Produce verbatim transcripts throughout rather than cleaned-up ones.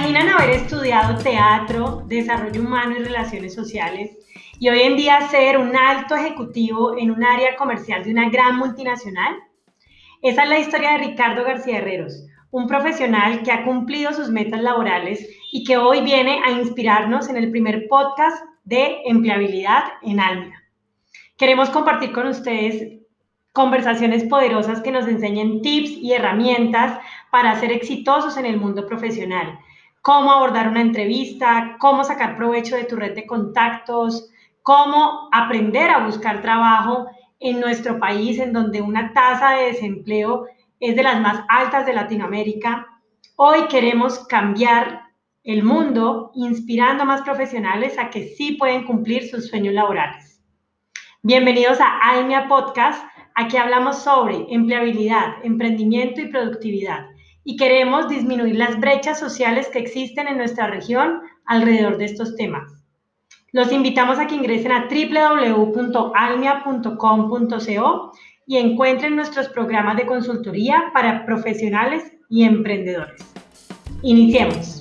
imaginan haber estudiado teatro, desarrollo humano y relaciones sociales y hoy en día ser un alto ejecutivo en un área comercial de una gran multinacional? Esa es la historia de Ricardo García Herreros, un profesional que ha cumplido sus metas laborales y que hoy viene a inspirarnos en el primer podcast de empleabilidad en Almia. Queremos compartir con ustedes conversaciones poderosas que nos enseñen tips y herramientas para ser exitosos en el mundo profesional. Cómo abordar una entrevista, cómo sacar provecho de tu red de contactos, cómo aprender a buscar trabajo en nuestro país, en donde una tasa de desempleo es de las más altas de Latinoamérica. Hoy queremos cambiar el mundo inspirando a más profesionales a que sí pueden cumplir sus sueños laborales. Bienvenidos a Almia Podcast. Aquí hablamos sobre empleabilidad, emprendimiento y productividad y queremos disminuir las brechas sociales que existen en nuestra región alrededor de estos temas. Los invitamos a que ingresen a doble u doble u doble u punto almia punto com punto co y encuentren nuestros programas de consultoría para profesionales y emprendedores. Iniciemos.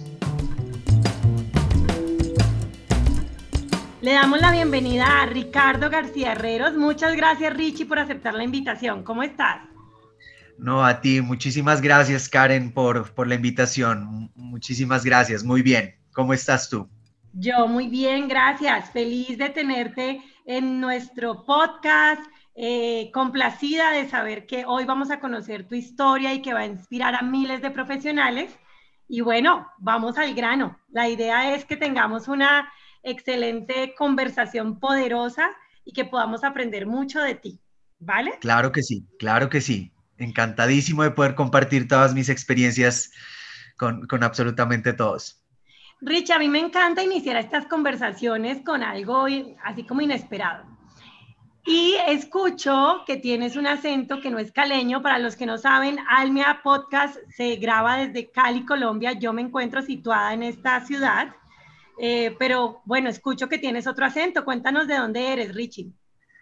Le damos la bienvenida a Ricardo García Herreros. Muchas gracias, Richie, por aceptar la invitación. ¿Cómo estás? No, a ti. Muchísimas gracias, Karen, por, por la invitación. Muchísimas gracias. Muy bien. ¿Cómo estás tú? Yo muy bien, gracias. Feliz de tenerte en nuestro podcast. Eh, complacida de saber que hoy vamos a conocer tu historia y que va a inspirar a miles de profesionales. Y bueno, vamos al grano. La idea es que tengamos una excelente conversación poderosa y que podamos aprender mucho de ti, ¿vale? Claro que sí, claro que sí. Encantadísimo de poder compartir todas mis experiencias con, con absolutamente todos. Rich, a mí me encanta iniciar estas conversaciones con algo así como inesperado. Y escucho que tienes un acento que no es caleño. Para los que no saben, Almia Podcast se graba desde Cali, Colombia. Yo me encuentro situada en esta ciudad. Eh, pero bueno, escucho que tienes otro acento. Cuéntanos de dónde eres, Richie.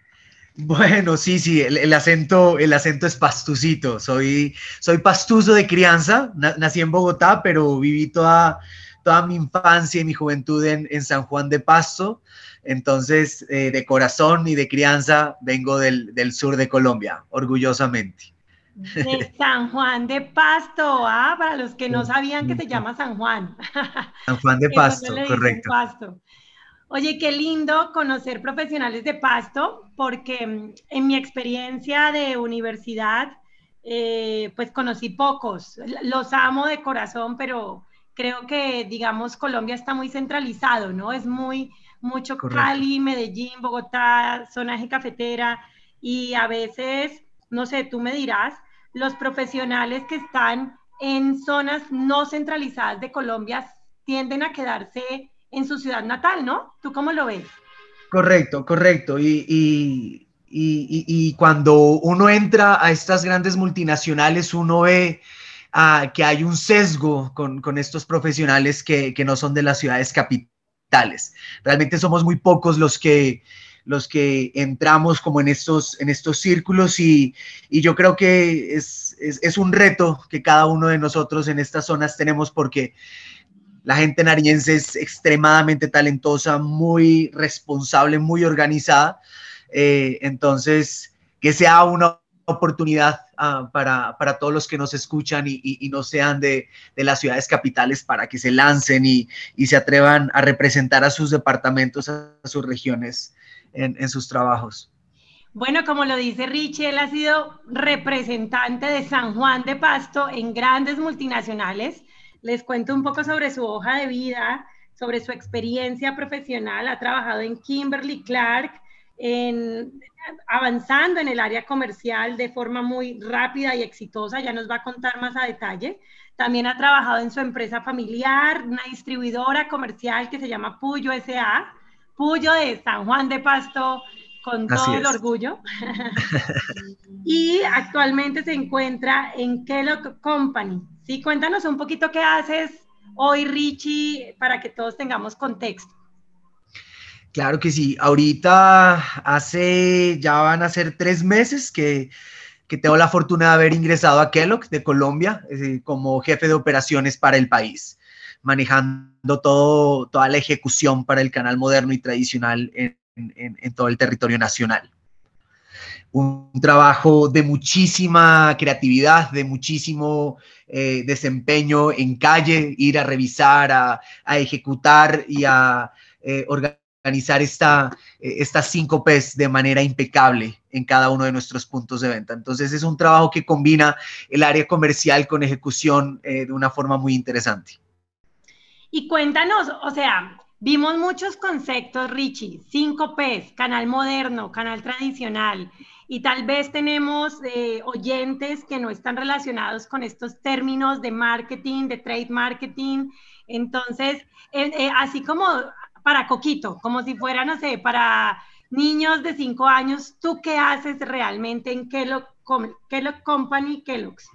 Bueno, sí, sí, el, el acento, el acento es pastucito. Soy, soy pastuso de crianza. Na, nací en Bogotá, pero viví toda, toda mi infancia y mi juventud en, en San Juan de Pasto. Entonces, eh, de corazón y de crianza, vengo del, del sur de Colombia, orgullosamente. De San Juan de Pasto, ¿ah? Para los que no sabían que se llama San Juan. San Juan de Que no Pasto, le dicen correcto. Pasto. Oye, qué lindo conocer profesionales de Pasto, porque en mi experiencia de universidad, eh, pues conocí pocos. Los amo de corazón, pero creo que, digamos, Colombia está muy centralizado, ¿no? Es muy, mucho Correcto. Cali, Medellín, Bogotá, zona eje cafetera, y a veces, no sé, tú me dirás, los profesionales que están en zonas no centralizadas de Colombia tienden a quedarse en su ciudad natal, ¿no? ¿Tú cómo lo ves? Correcto, correcto. Y, y, y, y cuando uno entra a estas grandes multinacionales, uno ve uh, que hay un sesgo con, con estos profesionales que, que no son de las ciudades capitales. Realmente somos muy pocos los que, los que entramos como en estos, en estos círculos y, y yo creo que es, es, es un reto que cada uno de nosotros en estas zonas tenemos porque la gente nariñense es extremadamente talentosa, muy responsable, muy organizada. Eh, entonces, que sea una oportunidad uh, para, para todos los que nos escuchan y, y, y no sean de, de las ciudades capitales para que se lancen y, y se atrevan a representar a sus departamentos, a sus regiones en, en sus trabajos. Bueno, como lo dice Richie, él ha sido representante de San Juan de Pasto en grandes multinacionales. Les cuento un poco sobre su hoja de vida, sobre su experiencia profesional. Ha trabajado en Kimberly Clark, en, avanzando en el área comercial de forma muy rápida y exitosa. Ya nos va a contar más a detalle. También ha trabajado en su empresa familiar, una distribuidora comercial que se llama Puyo S A, Puyo de San Juan de Pasto, con Así todo el es. orgullo. Y actualmente se encuentra en Kellogg Company. Sí, cuéntanos un poquito qué haces hoy, Richie, para que todos tengamos contexto. Claro que sí. Ahorita hace, ya van a ser tres meses que, que tengo la fortuna de haber ingresado a Kellogg de Colombia eh, como jefe de operaciones para el país. manejando todo, toda la ejecución para el canal moderno y tradicional en, en, en todo el territorio nacional. Un trabajo de muchísima creatividad, de muchísimo eh, desempeño en calle, ir a revisar, a, a ejecutar y a eh, organizar esta, eh, estas cinco P's de manera impecable en cada uno de nuestros puntos de venta. Entonces es un trabajo que combina el área comercial con ejecución eh, de una forma muy interesante. Y cuéntanos, o sea, vimos muchos conceptos, Richie, cinco P's, canal moderno, canal tradicional, y tal vez tenemos eh, oyentes que no están relacionados con estos términos de marketing, de trade marketing. Entonces, eh, eh, así como para Coquito, como si fuera, no sé, para niños de cinco años, ¿tú qué haces realmente en Kellogg, Kellogg Company, Kellogg's?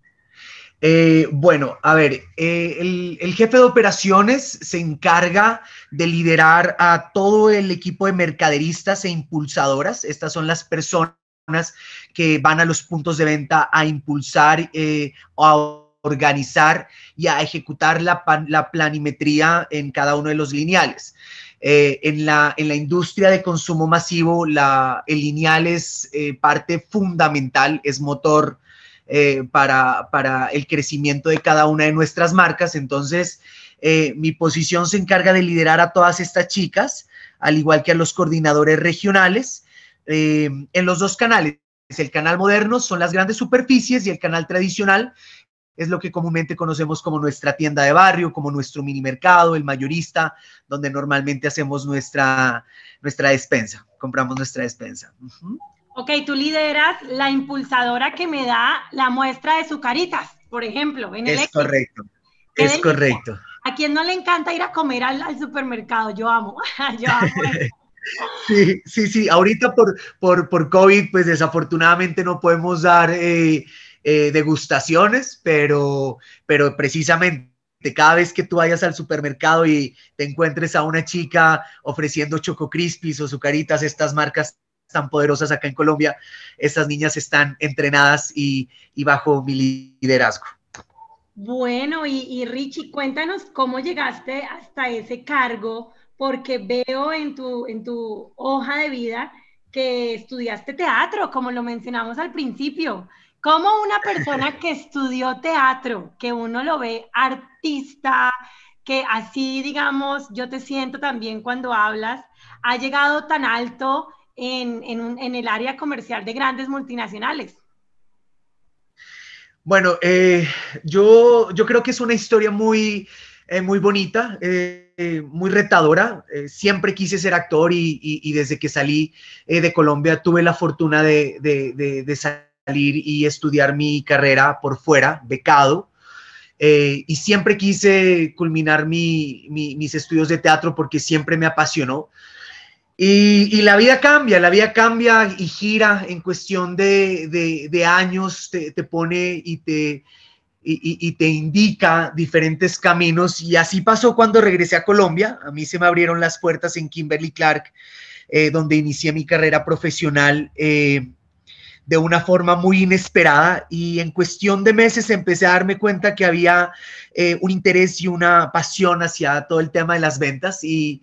Eh, bueno, a ver, eh, el, el jefe de operaciones se encarga de liderar a todo el equipo de mercaderistas e impulsadoras. Estas son las personas que van a los puntos de venta a impulsar, eh, a organizar y a ejecutar la, la planimetría en cada uno de los lineales. Eh, en, la, en la industria de consumo masivo, la, el lineal es eh, parte fundamental, es motor Eh, para, para el crecimiento de cada una de nuestras marcas. Entonces, eh, mi posición se encarga de liderar a todas estas chicas, al igual que a los coordinadores regionales, eh, en los dos canales. El canal moderno son las grandes superficies y el canal tradicional es lo que comúnmente conocemos como nuestra tienda de barrio, como nuestro mini mercado, el mayorista, donde normalmente hacemos nuestra, nuestra despensa, compramos nuestra despensa. Uh-huh. Ok, tú lideras la impulsadora que me da la muestra de Zucaritas, por ejemplo, en el Es éxito. correcto, ¡Qué es delicia! correcto. ¿A quién no le encanta ir a comer al, al supermercado? Yo amo, yo amo eso. Sí, sí, sí. Ahorita por, por, por COVID, pues desafortunadamente no podemos dar eh, eh, degustaciones, pero, pero precisamente cada vez que tú vayas al supermercado y te encuentres a una chica ofreciendo Choco Crispies o Zucaritas, estas marcas tan poderosas acá en Colombia, estas niñas están entrenadas y, y bajo mi liderazgo. Bueno, y, y Richie, cuéntanos cómo llegaste hasta ese cargo, porque veo en tu, en tu hoja de vida que estudiaste teatro, como lo mencionamos al principio. ¿Cómo una persona que estudió teatro, que uno lo ve artista, que así, digamos, yo te siento también cuando hablas, ha llegado tan alto en, en, un, en el área comercial de grandes multinacionales? Bueno, eh, yo, yo creo que es una historia muy, eh, muy bonita, eh, muy retadora. Eh, siempre quise ser actor y, y, y desde que salí eh, de Colombia tuve la fortuna de, de, de, de salir y estudiar mi carrera por fuera, becado. Eh, y siempre quise culminar mi, mi, mis estudios de teatro porque siempre me apasionó. Y, y, la vida cambia, la vida cambia y gira en cuestión de, de, de años, te, te, pone y te, y, y te indica diferentes caminos. Y así pasó cuando regresé a Colombia. A mí se me abrieron las puertas en Kimberly Clark, eh, donde inicié mi carrera profesional eh, de una forma muy inesperada. Y en cuestión de meses empecé a darme cuenta que había eh, un interés y una pasión hacia todo el tema de las ventas. Y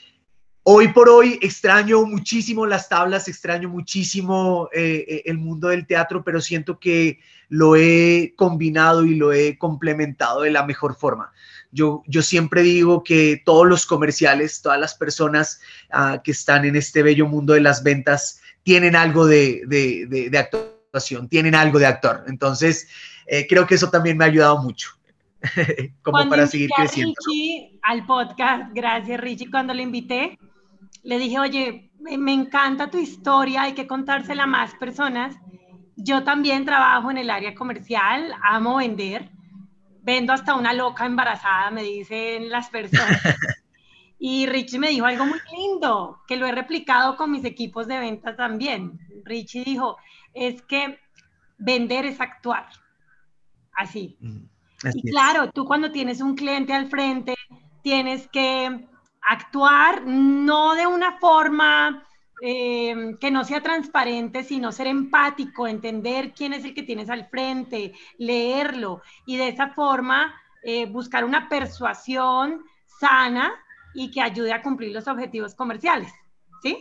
hoy por hoy extraño muchísimo las tablas, extraño muchísimo eh, el mundo del teatro, pero siento que lo he combinado y lo he complementado de la mejor forma. Yo, yo siempre digo que todos los comerciales, todas las personas uh, que están en este bello mundo de las ventas tienen algo de, de, de, de actuación, tienen algo de actor. Entonces, eh, creo que eso también me ha ayudado mucho. Como Cuando para invité seguir a creciendo. Richie al podcast, gracias Richie, cuando le invité, le dije, oye, me, me encanta tu historia, hay que contársela a más personas. Yo también trabajo en el área comercial, amo vender, vendo hasta una loca embarazada, me dicen las personas. Y Richie me dijo algo muy lindo, que lo he replicado con mis equipos de ventas también. Richie dijo, es que vender es actuar, así. Así Y es. claro, tú cuando tienes un cliente al frente, tienes que actuar no de una forma eh, que no sea transparente, sino ser empático, entender quién es el que tienes al frente, leerlo y de esa forma eh, buscar una persuasión sana y que ayude a cumplir los objetivos comerciales, ¿sí?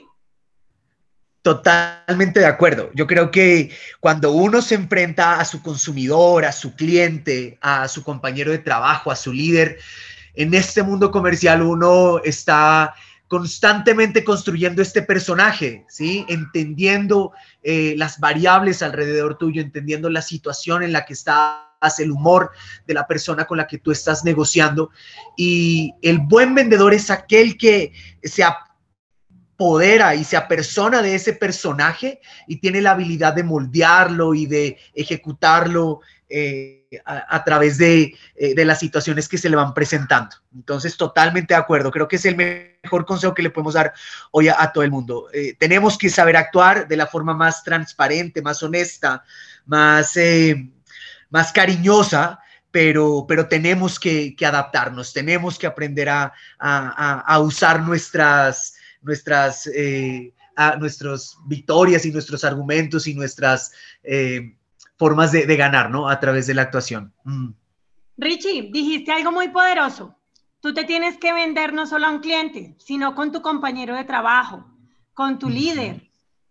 Totalmente de acuerdo. Yo creo que cuando uno se enfrenta a su consumidor, a su cliente, a su compañero de trabajo, a su líder, en este mundo comercial uno está constantemente construyendo este personaje, ¿sí? Entendiendo eh, las variables alrededor tuyo, entendiendo la situación en la que estás, el humor de la persona con la que tú estás negociando. Y el buen vendedor es aquel que se apodera y se apersona de ese personaje y tiene la habilidad de moldearlo y de ejecutarlo eh, a, a, través de, eh, de las situaciones que se le van presentando. Entonces, totalmente de acuerdo. Creo que es el mejor consejo que le podemos dar hoy a, a todo el mundo. Eh, tenemos que saber actuar de la forma más transparente, más honesta, más, eh, más cariñosa, pero, pero tenemos que, que adaptarnos, tenemos que aprender a, a, a usar nuestras nuestras, eh, a nuestras victorias y nuestros argumentos y nuestras eh, formas de, de ganar, ¿no? A través de la actuación. Mm. Richie, dijiste algo muy poderoso. Tú te tienes que vender no solo a un cliente, sino con tu compañero de trabajo, con tu líder.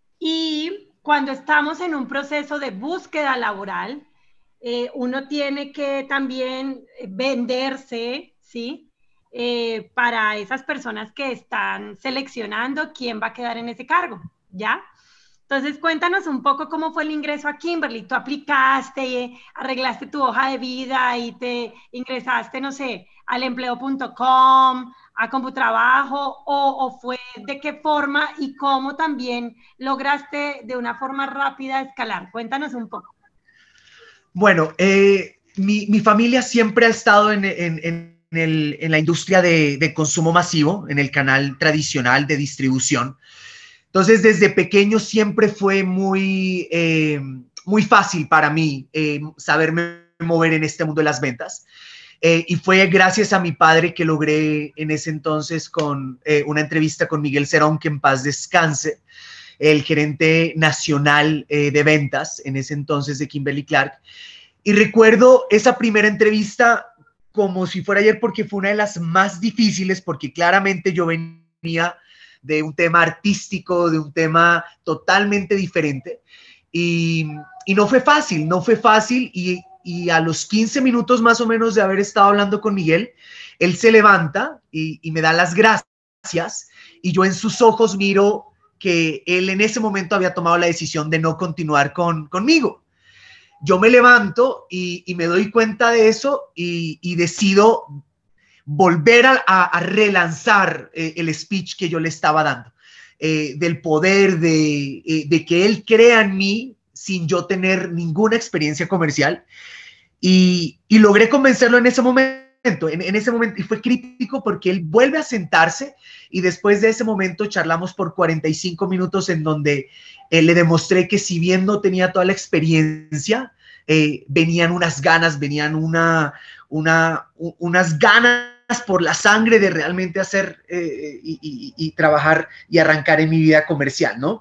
Y cuando estamos en un proceso de búsqueda laboral, eh, uno tiene que también venderse, ¿sí? Eh, para esas personas que están seleccionando quién va a quedar en ese cargo, ¿ya? Entonces, cuéntanos un poco cómo fue el ingreso a Kimberly. Tú aplicaste, arreglaste tu hoja de vida y te ingresaste, no sé, al empleo punto com, a Computrabajo, o, o fue de qué forma y cómo también lograste de una forma rápida escalar. Cuéntanos un poco. Bueno, eh, mi, mi familia siempre ha estado en, en, en, el, en la industria de, de consumo masivo, en el canal tradicional de distribución. Entonces, desde pequeño siempre fue muy, eh, muy fácil para mí eh, saberme mover en este mundo de las ventas. Eh, y fue gracias a mi padre que logré en ese entonces con eh, una entrevista con Miguel Cerón, que en paz descanse, el gerente nacional eh, de ventas en ese entonces de Kimberly Clark. Y recuerdo esa primera entrevista como si fuera ayer, porque fue una de las más difíciles, porque claramente yo venía de un tema artístico, de un tema totalmente diferente. Y, y no fue fácil, no fue fácil. Y, y a los quince minutos más o menos de haber estado hablando con Miguel, él se levanta y, y me da las gracias. Y yo en sus ojos miro que él en ese momento había tomado la decisión de no continuar con, conmigo. Yo me levanto y, y me doy cuenta de eso y, y decido volver a, a, a relanzar eh, el speech que yo le estaba dando, eh, del poder de, eh, de que él crea en mí sin yo tener ninguna experiencia comercial, y, y logré convencerlo en ese momento, en, en ese momento, y fue crítico porque él vuelve a sentarse y después de ese momento charlamos por cuarenta y cinco minutos en donde eh, le demostré que si bien no tenía toda la experiencia, eh, venían unas ganas, venían una, una, unas ganas por la sangre de realmente hacer eh, y, y, y trabajar y arrancar en mi vida comercial, ¿no?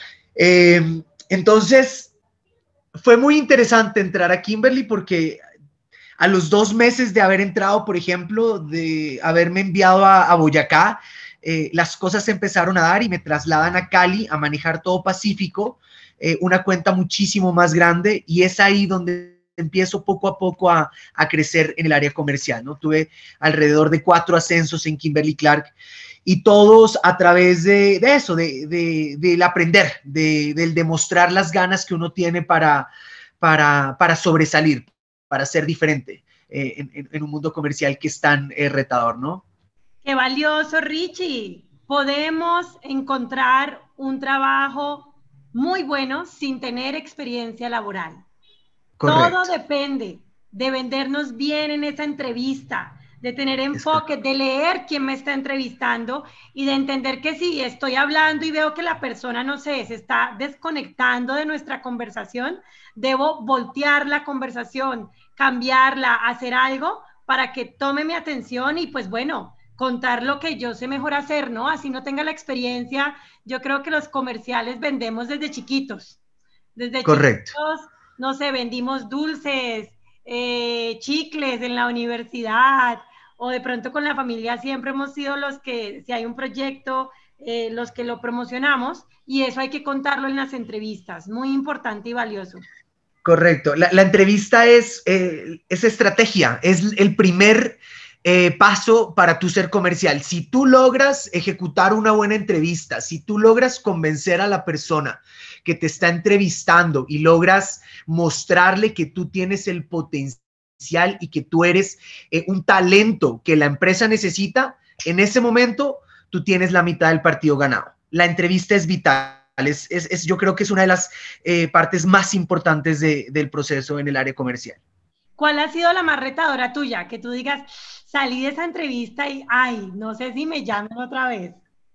Eh, entonces, fue muy interesante entrar a Kimberly porque a los dos meses de haber entrado, por ejemplo, de haberme enviado a, a Boyacá, eh, las cosas se empezaron a dar y me trasladan a Cali a manejar todo Pacífico, eh, una cuenta muchísimo más grande, y es ahí donde empiezo poco a poco a, a crecer en el área comercial, ¿no? Tuve alrededor de cuatro ascensos en Kimberly Clark y todos a través de, de eso, de, de, del aprender, de, del demostrar las ganas que uno tiene para, para, para sobresalir, para ser diferente eh, en, en un mundo comercial que es tan eh, retador, ¿no? Qué valioso, Richie. Podemos encontrar un trabajo muy bueno sin tener experiencia laboral. Correcto. Todo depende de vendernos bien en esa entrevista, de tener enfoque, de leer quién me está entrevistando y de entender que si estoy hablando y veo que la persona, no sé, se está desconectando de nuestra conversación, debo voltear la conversación, cambiarla, hacer algo para que tome mi atención y pues bueno, contar lo que yo sé mejor hacer, ¿no? Así no tenga la experiencia. Yo creo que los comerciales vendemos desde chiquitos, desde Correcto. chiquitos, no sé, vendimos dulces, eh, chicles en la universidad o de pronto con la familia siempre hemos sido los que, si hay un proyecto, eh, los que lo promocionamos y eso hay que contarlo en las entrevistas, muy importante y valioso. Correcto. La, la entrevista es, eh, es estrategia, es el primer eh, paso para tu ser comercial. Si tú logras ejecutar una buena entrevista, si tú logras convencer a la persona que te está entrevistando y logras mostrarle que tú tienes el potencial y que tú eres eh, un talento que la empresa necesita, en ese momento tú tienes la mitad del partido ganado. La entrevista es vital. Es, es, es, yo creo que es una de las eh, partes más importantes de, del proceso en el área comercial. ¿Cuál ha sido la más retadora tuya? Que tú digas, salí de esa entrevista y, ay, no sé si me llaman otra vez.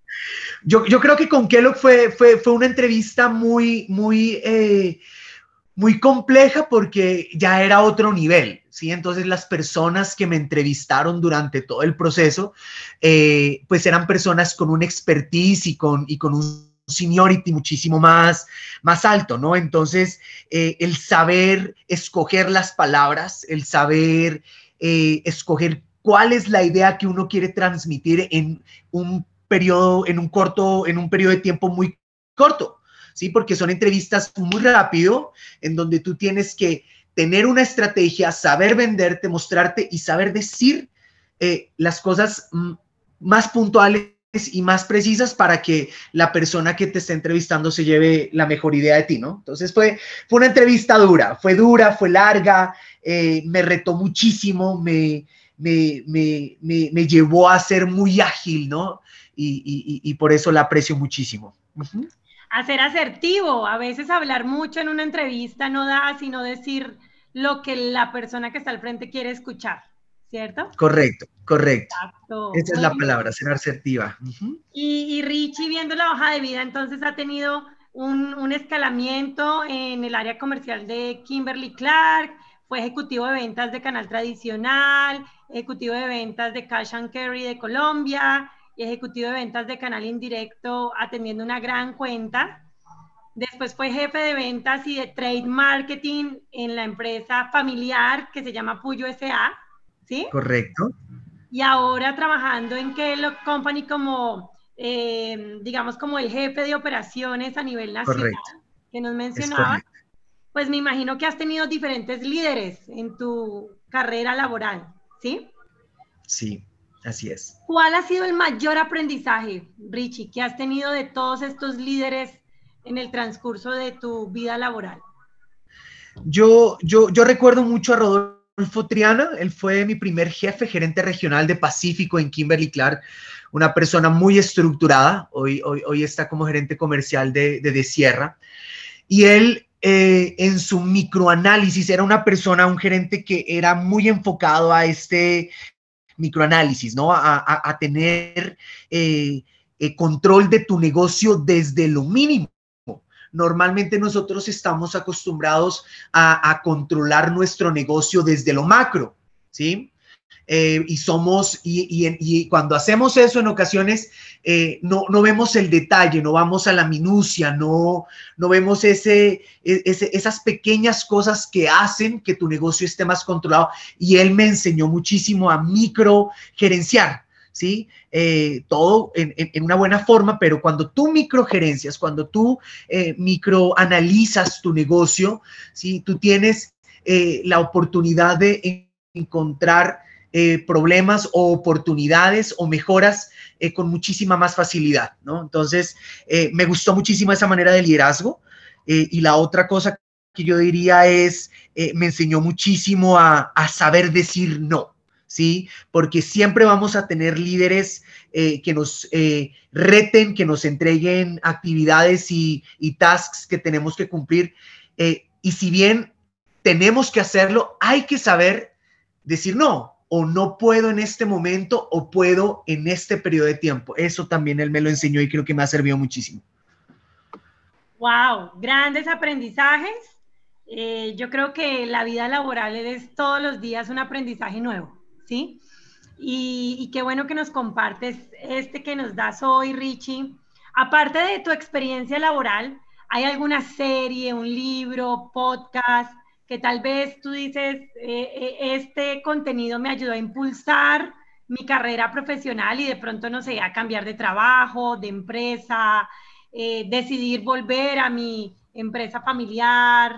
Yo, yo creo que con Kellogg fue, fue, fue una entrevista muy, muy, eh, muy compleja porque ya era otro nivel, ¿sí? Entonces las personas que me entrevistaron durante todo el proceso, eh, pues eran personas con una expertise y con, y con un seniority muchísimo más, más alto, ¿no? Entonces, eh, el saber escoger las palabras, el saber eh, escoger cuál es la idea que uno quiere transmitir en un periodo, en un corto, en un periodo de tiempo muy corto, ¿sí? Porque son entrevistas muy rápido, en donde tú tienes que tener una estrategia, saber venderte, mostrarte y saber decir eh, las cosas más puntuales y más precisas para que la persona que te está entrevistando se lleve la mejor idea de ti, ¿no? Entonces fue, fue una entrevista dura, fue dura, fue larga, eh, me retó muchísimo, me, me, me, me, me llevó a ser muy ágil, ¿no? Y, y, y por eso la aprecio muchísimo. Uh-huh. A ser asertivo, a veces hablar mucho en una entrevista no da, sino decir lo que la persona que está al frente quiere escuchar, ¿cierto? Correcto, correcto. Exacto. Esa es Bueno, la palabra, ser asertiva. Uh-huh. y, y Richie, viendo la hoja de vida, entonces ha tenido un, un escalamiento en el área comercial de Kimberly Clark, fue ejecutivo de ventas de Canal Tradicional, ejecutivo de ventas de Cash and Carry de Colombia, y ejecutivo de ventas de Canal Indirecto atendiendo una gran cuenta. Después fue jefe de ventas y de trade marketing en la empresa familiar que se llama Puyo S A, ¿sí? Correcto. Y ahora trabajando en Kellogg Company como, eh, digamos, como el jefe de operaciones a nivel nacional, correcto. Que nos mencionaba, pues me imagino que has tenido diferentes líderes en tu carrera laboral, ¿sí? Sí, así es. ¿Cuál ha sido el mayor aprendizaje, Richie, que has tenido de todos estos líderes en el transcurso de tu vida laboral? Yo, yo, yo recuerdo mucho a Rodolfo Triana, él fue mi primer jefe, gerente regional de Pacífico en Kimberly Clark, una persona muy estructurada, hoy, hoy, hoy está como gerente comercial de, de, de Sierra, y él eh, en su microanálisis era una persona, un gerente que era muy enfocado a este microanálisis, ¿no? A, a, a tener eh, eh, control de tu negocio desde lo mínimo. Normalmente nosotros estamos acostumbrados a, a controlar nuestro negocio desde lo macro, ¿sí? Eh, y somos, y, y, y cuando hacemos eso en ocasiones, eh, no, no vemos el detalle, no vamos a la minucia, no, no vemos ese, ese, esas pequeñas cosas que hacen que tu negocio esté más controlado. Y él me enseñó muchísimo a microgerenciar, ¿sí? Eh, todo en, en, en una buena forma, pero cuando tú microgerencias, cuando tú eh, microanalizas tu negocio, ¿sí? Tú tienes eh, la oportunidad de encontrar Eh, problemas o oportunidades o mejoras eh, con muchísima más facilidad, ¿no? Entonces, eh, me gustó muchísimo esa manera de liderazgo. Eh, y la otra cosa que yo diría es, eh, me enseñó muchísimo a, a saber decir no, ¿sí? Porque siempre vamos a tener líderes eh, que nos eh, reten, que nos entreguen actividades y, y tasks que tenemos que cumplir. Eh, y si bien tenemos que hacerlo, hay que saber decir no. O no puedo en este momento o puedo en este periodo de tiempo. Eso también él me lo enseñó y creo que me ha servido muchísimo. Wow, grandes aprendizajes. Eh, yo creo que la vida laboral es todos los días un aprendizaje nuevo, ¿sí? Y, y qué bueno que nos compartes este que nos das hoy, Richie. Aparte de tu experiencia laboral, ¿hay alguna serie, un libro, podcast que tal vez tú dices, eh, este contenido me ayudó a impulsar mi carrera profesional y de pronto, no sé, a cambiar de trabajo, de empresa, eh, decidir volver a mi empresa familiar?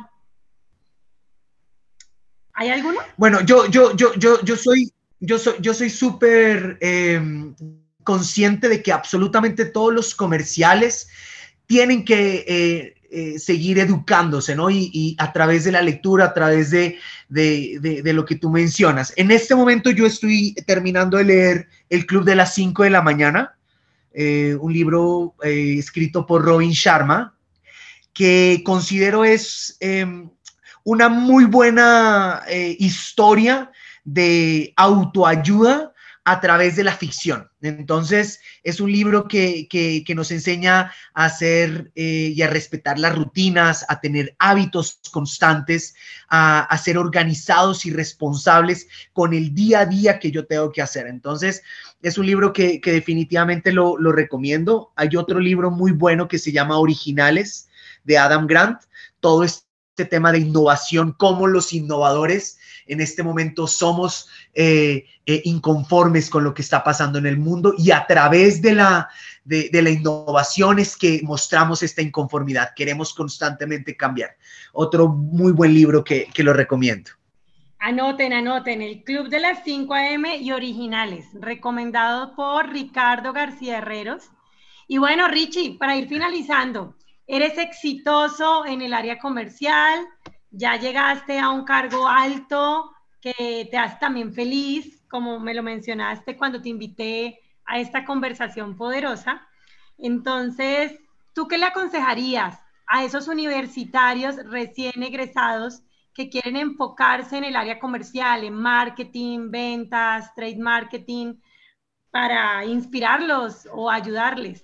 ¿Hay alguno? Bueno, yo, yo, yo, yo, yo soy, yo soy, yo soy súper eh, consciente de que absolutamente todos los comerciales tienen que eh, eh, seguir educándose, ¿no? Y, y, a través de la lectura, a través de, de, de, de, lo que tú mencionas. En este momento yo estoy terminando de leer El Club de las cinco de la mañana, eh, un libro eh, escrito por Robin Sharma, que considero es eh, una muy buena eh, historia de autoayuda a través de la ficción. Entonces, es un libro que, que, que nos enseña a hacer eh, y a respetar las rutinas, a tener hábitos constantes, a, a ser organizados y responsables con el día a día que yo tengo que hacer. Entonces, es un libro que, que definitivamente lo, lo recomiendo. Hay otro libro muy bueno que se llama Originales, de Adam Grant. Todo este tema de innovación, cómo los innovadores en este momento somos eh, eh, inconformes con lo que está pasando en el mundo, y a través de la, de, de la innovación es que mostramos esta inconformidad. Queremos constantemente cambiar. Otro muy buen libro que, que lo recomiendo. Anoten, anoten, El Club de las cinco a eme y Originales, recomendado por Ricardo García Herreros. Y bueno, Richie, para ir finalizando, eres exitoso en el área comercial, ya llegaste a un cargo alto que te hace también feliz, como me lo mencionaste cuando te invité a esta conversación poderosa. Entonces, ¿tú qué le aconsejarías a esos universitarios recién egresados que quieren enfocarse en el área comercial, en marketing, ventas, trade marketing, para inspirarlos o ayudarles?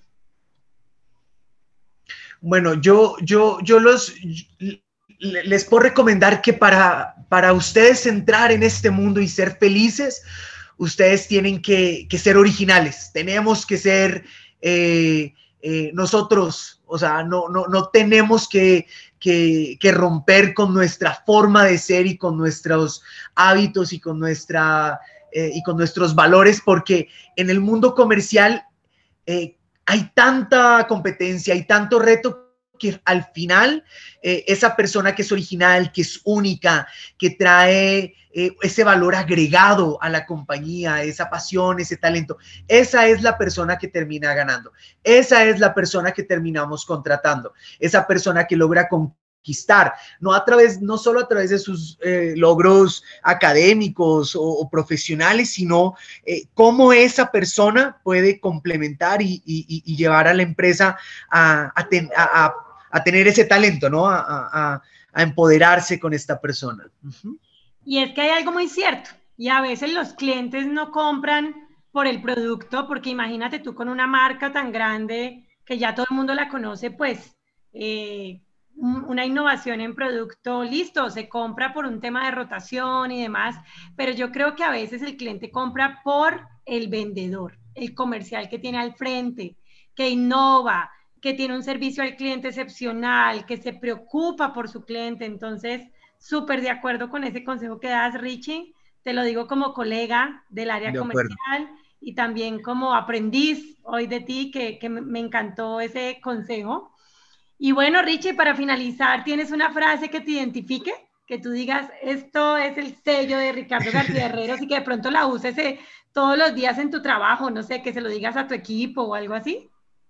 Bueno, yo, yo, yo los, les puedo recomendar que para, para ustedes entrar en este mundo y ser felices, ustedes tienen que, que ser originales. Tenemos que ser eh, eh, nosotros, o sea, no, no, no tenemos que, que, que romper con nuestra forma de ser y con nuestros hábitos y con, nuestra, eh, y con nuestros valores, porque en el mundo comercial eh, hay tanta competencia, hay tanto reto, que al final eh, esa persona que es original, que es única, que trae eh, ese valor agregado a la compañía, esa pasión, ese talento, esa es la persona que termina ganando. Esa es la persona que terminamos contratando. Esa persona que logra conquistar, no a través, no solo a través de sus eh, logros académicos o, o profesionales, sino eh, cómo esa persona puede complementar y, y, y llevar a la empresa a, a, ten, a, a, a tener ese talento, ¿no? A, a, a empoderarse con esta persona. Uh-huh. Y es que hay algo muy cierto, y a veces los clientes no compran por el producto, porque imagínate tú con una marca tan grande que ya todo el mundo la conoce, pues eh, una innovación en producto, listo, se compra por un tema de rotación y demás, pero yo creo que a veces el cliente compra por el vendedor, el comercial que tiene al frente, que innova, que tiene un servicio al cliente excepcional, que se preocupa por su cliente. Entonces, súper de acuerdo con ese consejo que das, Richie. Te lo digo como colega del área De acuerdo. comercial y también como aprendiz hoy de ti, que, que me encantó ese consejo. Y bueno, Richie, para finalizar, ¿tienes una frase que te identifique? Que tú digas, esto es el sello de Ricardo García Herreros, y que de pronto la uses eh, todos los días en tu trabajo, no sé, que se lo digas a tu equipo o algo así.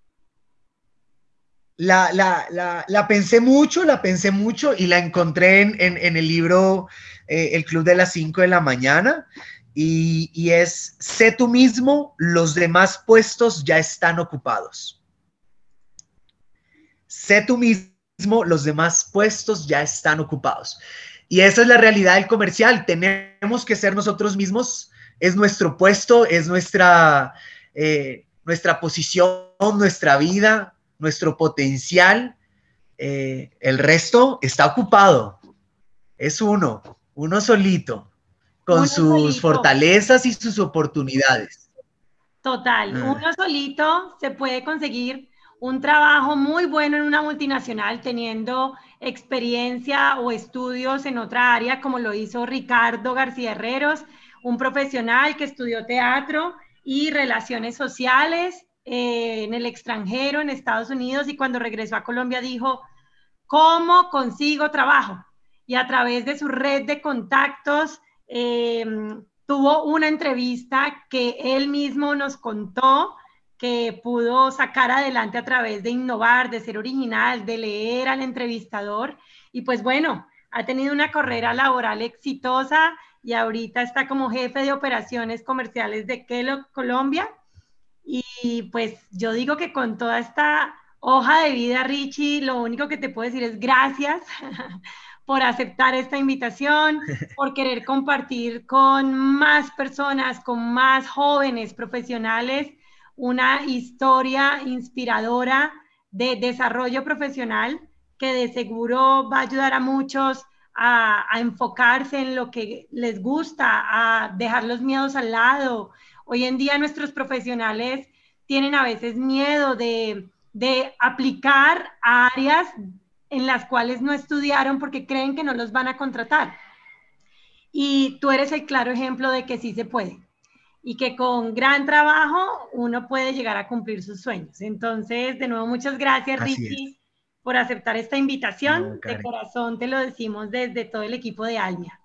La, la, la, la pensé mucho, la pensé mucho y la encontré en, en, en el libro eh, El Club de las cinco de la mañana, y, y es: sé tú mismo, los demás puestos ya están ocupados. Sé tú mismo, los demás puestos ya están ocupados. Y esa es la realidad del comercial. Tenemos que ser nosotros mismos. Es nuestro puesto, es nuestra, eh, nuestra posición, nuestra vida, nuestro potencial. Eh, el resto está ocupado. Es uno, uno solito, con Uno sus solito. fortalezas y sus oportunidades. Total, Ah. uno solito se puede conseguir un trabajo muy bueno en una multinacional, teniendo experiencia o estudios en otra área, como lo hizo Ricardo García Herreros, un profesional que estudió teatro y relaciones sociales eh, en el extranjero, en Estados Unidos, y cuando regresó a Colombia dijo, ¿cómo consigo trabajo? Y a través de su red de contactos eh, tuvo una entrevista que él mismo nos contó que pudo sacar adelante a través de innovar, de ser original, de leer al entrevistador. Y pues bueno, ha tenido una carrera laboral exitosa y ahorita está como jefe de operaciones comerciales de Kellogg Colombia. Y pues yo digo que con toda esta hoja de vida, Richie, lo único que te puedo decir es gracias por aceptar esta invitación, por querer compartir con más personas, con más jóvenes profesionales, una historia inspiradora de desarrollo profesional que de seguro va a ayudar a muchos a, a enfocarse en lo que les gusta, a dejar los miedos al lado. Hoy en día nuestros profesionales tienen a veces miedo de, de aplicar a áreas en las cuales no estudiaron porque creen que no los van a contratar. Y tú eres el claro ejemplo de que sí se puede y que con gran trabajo uno puede llegar a cumplir sus sueños. Entonces, de nuevo, muchas gracias, Así es. Richie, por aceptar esta invitación. No, De Karen. corazón te lo decimos desde todo el equipo de Almia.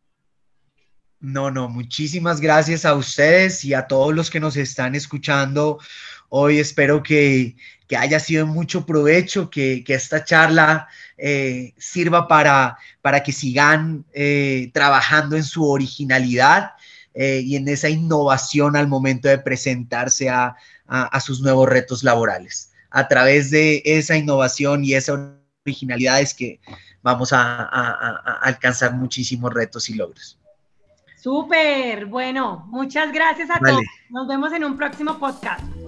No, no, muchísimas gracias a ustedes y a todos los que nos están escuchando hoy. Espero que, que haya sido de mucho provecho, que, que esta charla eh, sirva para, para que sigan eh, trabajando en su originalidad eh, y en esa innovación al momento de presentarse a, a, a sus nuevos retos laborales. A través de esa innovación y esa originalidad es que vamos a, a, a alcanzar muchísimos retos y logros. Súper, bueno, muchas gracias a Vale. todos. Nos vemos en un próximo podcast.